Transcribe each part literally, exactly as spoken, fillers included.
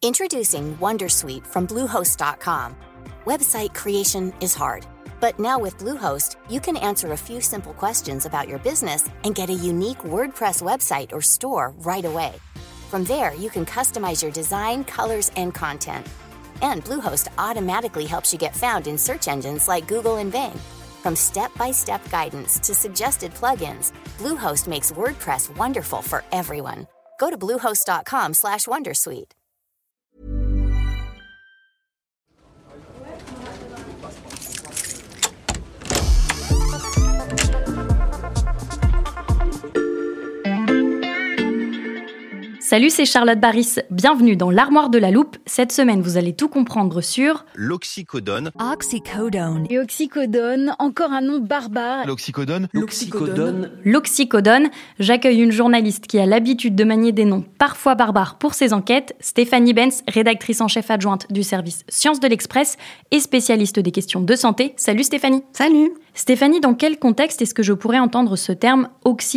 Introducing Wondersuite from Bluehost dot com. Website creation is hard, but now with Bluehost, you can answer a few simple questions about your business and get a unique WordPress website or store right away. From there, you can customize your design, colors, and content. And Bluehost automatically helps you get found in search engines like Google and Bing. From step-by-step guidance to suggested plugins, Bluehost makes WordPress wonderful for everyone. Go to bluehost dot com slash wondersuite. Salut, c'est Charlotte Baris. Bienvenue dans l'Armoire de la Loupe. Cette semaine, vous allez tout comprendre sur l'oxycodone. Oxycodone. Et oxycodone, encore un nom barbare. L'oxycodone. L'oxycodone. L'oxycodone. J'accueille une journaliste qui a l'habitude de manier des noms parfois barbares pour ses enquêtes, Stéphanie Benz, rédactrice en chef adjointe du service Sciences de l'Express et spécialiste des questions de santé. Salut Stéphanie. Salut. Stéphanie, dans quel contexte est-ce que je pourrais entendre ce terme oxycodone ?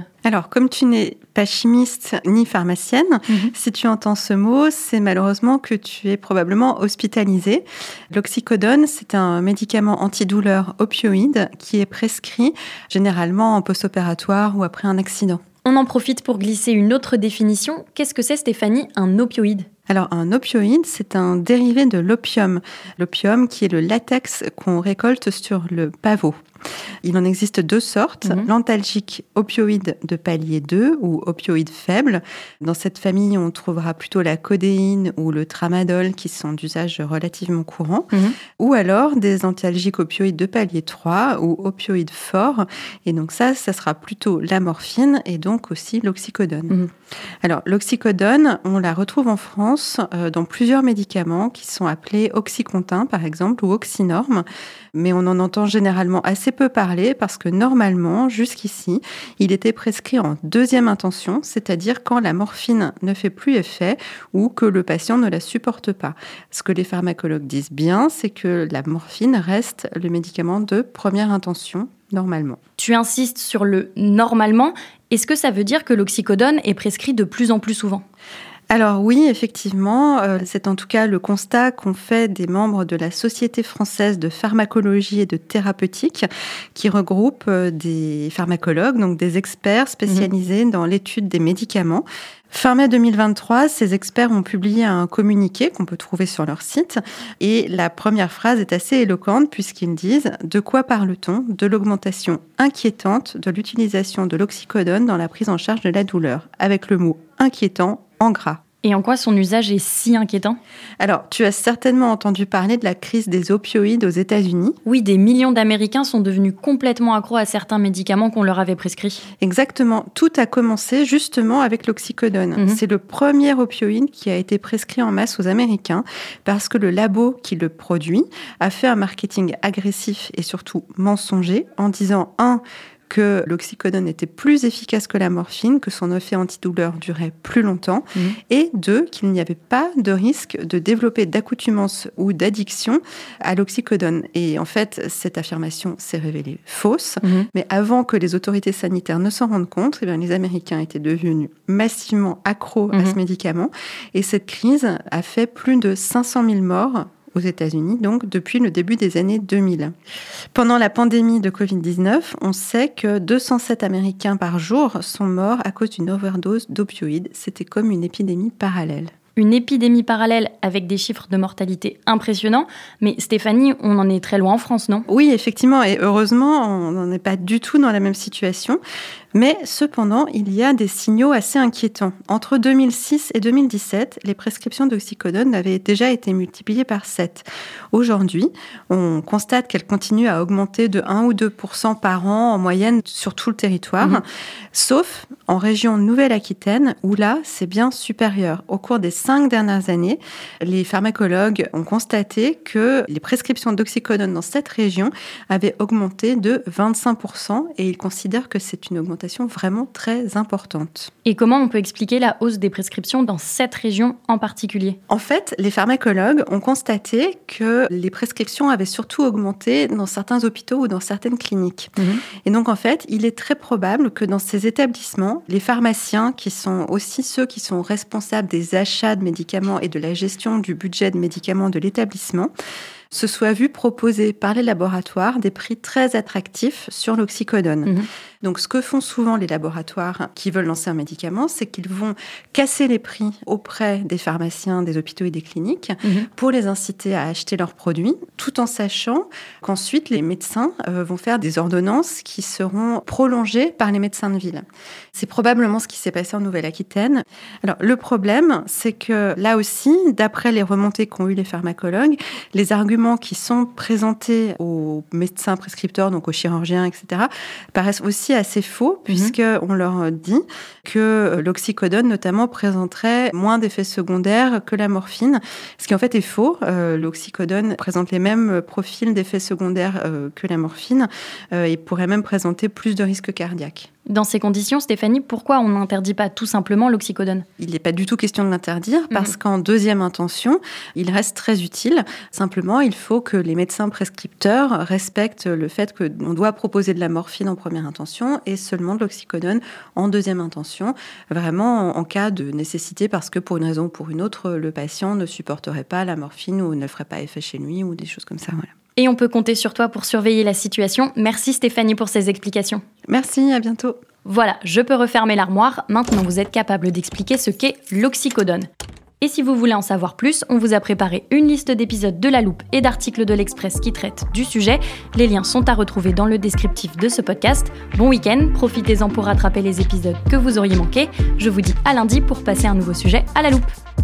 Alors, comme tu n'es pas chimiste ni pharmacienne, mmh. si tu entends ce mot, c'est malheureusement que tu es probablement hospitalisé. L'oxycodone, c'est un médicament antidouleur opioïde qui est prescrit généralement en post-opératoire ou après un accident. On en profite pour glisser une autre définition. Qu'est-ce que c'est, Stéphanie, un opioïde ? Alors, un opioïde, c'est un dérivé de l'opium. L'opium qui est le latex qu'on récolte sur le pavot. Il en existe deux sortes, mmh. l'antalgique opioïde de palier deux ou opioïde faible. Dans cette famille, on trouvera plutôt la codéine ou le tramadol qui sont d'usage relativement courant. Mmh. Ou alors des antalgiques opioïdes de palier trois ou opioïdes forts. Et donc ça, ça sera plutôt la morphine et donc aussi l'oxycodone. Mmh. Alors, l'oxycodone, on la retrouve en France euh, dans plusieurs médicaments qui sont appelés Oxycontin, par exemple, ou Oxynorm. Mais on en entend généralement assez peu parler parce que normalement, jusqu'ici, il était prescrit en deuxième intention, c'est-à-dire quand la morphine ne fait plus effet ou que le patient ne la supporte pas. Ce que les pharmacologues disent bien, c'est que la morphine reste le médicament de première intention, normalement. Tu insistes sur le « normalement ». Est-ce que ça veut dire que l'oxycodone est prescrit de plus en plus souvent ? Alors oui, effectivement, euh, c'est en tout cas le constat qu'ont fait des membres de la Société française de pharmacologie et de thérapeutique qui regroupe euh, des pharmacologues, donc des experts spécialisés mmh. dans l'étude des médicaments. Fin mai deux mille vingt-trois, ces experts ont publié un communiqué qu'on peut trouver sur leur site et la première phrase est assez éloquente puisqu'ils disent « De quoi parle-t-on ? De l'augmentation inquiétante de l'utilisation de l'oxycodone dans la prise en charge de la douleur, avec le mot « inquiétant » en gras ». Et en quoi son usage est si inquiétant ? Alors, tu as certainement entendu parler de la crise des opioïdes aux États-Unis. Oui, des millions d'Américains sont devenus complètement accros à certains médicaments qu'on leur avait prescrits. Exactement. Tout a commencé justement avec l'oxycodone. Mmh. C'est le premier opioïde qui a été prescrit en masse aux Américains parce que le labo qui le produit a fait un marketing agressif et surtout mensonger en disant un que l'oxycodone était plus efficace que la morphine, que son effet antidouleur durait plus longtemps, mmh. et deux, qu'il n'y avait pas de risque de développer d'accoutumance ou d'addiction à l'oxycodone. Et en fait, cette affirmation s'est révélée fausse, mmh. mais avant que les autorités sanitaires ne s'en rendent compte, eh bien, les Américains étaient devenus massivement accros mmh. à ce médicament, et cette crise a fait plus de cinq cent mille morts aux États-Unis, donc depuis le début des années deux mille. Pendant la pandémie de covid dix-neuf, on sait que deux cent sept Américains par jour sont morts à cause d'une overdose d'opioïdes. C'était comme une épidémie parallèle. Une épidémie parallèle avec des chiffres de mortalité impressionnants. Mais Stéphanie, on en est très loin en France, non ? Oui, effectivement, et heureusement, on n'en est pas du tout dans la même situation. Mais cependant, il y a des signaux assez inquiétants. Entre deux mille six et deux mille dix-sept, les prescriptions d'oxycodone avaient déjà été multipliées par sept. Aujourd'hui, on constate qu'elles continuent à augmenter de un ou deux pour cent par an en moyenne sur tout le territoire, mmh. sauf en région Nouvelle-Aquitaine, où là, c'est bien supérieur. Au cours des cinq dernières années, les pharmacologues ont constaté que les prescriptions d'oxycodone dans cette région avaient augmenté de vingt-cinq pour cent et ils considèrent que c'est une augmentation vraiment très importante. Et comment on peut expliquer la hausse des prescriptions dans cette région en particulier ? En fait, les pharmacologues ont constaté que les prescriptions avaient surtout augmenté dans certains hôpitaux ou dans certaines cliniques. Mmh. Et donc, en fait, il est très probable que dans ces établissements, les pharmaciens, qui sont aussi ceux qui sont responsables des achats d'achat de médicaments et de la gestion du budget de médicaments de l'établissement, se soit vu proposer par les laboratoires des prix très attractifs sur l'oxycodone. Mmh. Donc, ce que font souvent les laboratoires qui veulent lancer un médicament, c'est qu'ils vont casser les prix auprès des pharmaciens, des hôpitaux et des cliniques mmh. pour les inciter à acheter leurs produits, tout en sachant qu'ensuite, les médecins euh, vont faire des ordonnances qui seront prolongées par les médecins de ville. C'est probablement ce qui s'est passé en Nouvelle-Aquitaine. Alors, le problème, c'est que là aussi, d'après les remontées qu'ont eu les pharmacologues, les arguments qui sont présentés aux médecins prescripteurs, donc aux chirurgiens, et cetera, paraissent aussi assez faux, mmh. puisqu'on leur dit que l'oxycodone, notamment, présenterait moins d'effets secondaires que la morphine, ce qui en fait est faux. Euh, l'oxycodone présente les mêmes profils d'effets secondaires euh, que la morphine euh, et pourrait même présenter plus de risques cardiaques. Dans ces conditions, Stéphanie, pourquoi on n'interdit pas tout simplement l'oxycodone ? Il n'est pas du tout question de l'interdire parce mmh. qu'en deuxième intention, il reste très utile. Simplement, il faut que les médecins prescripteurs respectent le fait qu'on doit proposer de la morphine en première intention et seulement de l'oxycodone en deuxième intention, vraiment en cas de nécessité parce que pour une raison ou pour une autre, le patient ne supporterait pas la morphine ou ne ferait pas effet chez lui ou des choses comme ça. Voilà. Et on peut compter sur toi pour surveiller la situation. Merci Stéphanie pour ces explications. Merci, à bientôt. Voilà, je peux refermer l'armoire. Maintenant, vous êtes capable d'expliquer ce qu'est l'oxycodone. Et si vous voulez en savoir plus, on vous a préparé une liste d'épisodes de La Loupe et d'articles de l'Express qui traitent du sujet. Les liens sont à retrouver dans le descriptif de ce podcast. Bon week-end, profitez-en pour rattraper les épisodes que vous auriez manqués. Je vous dis à lundi pour passer un nouveau sujet à La Loupe.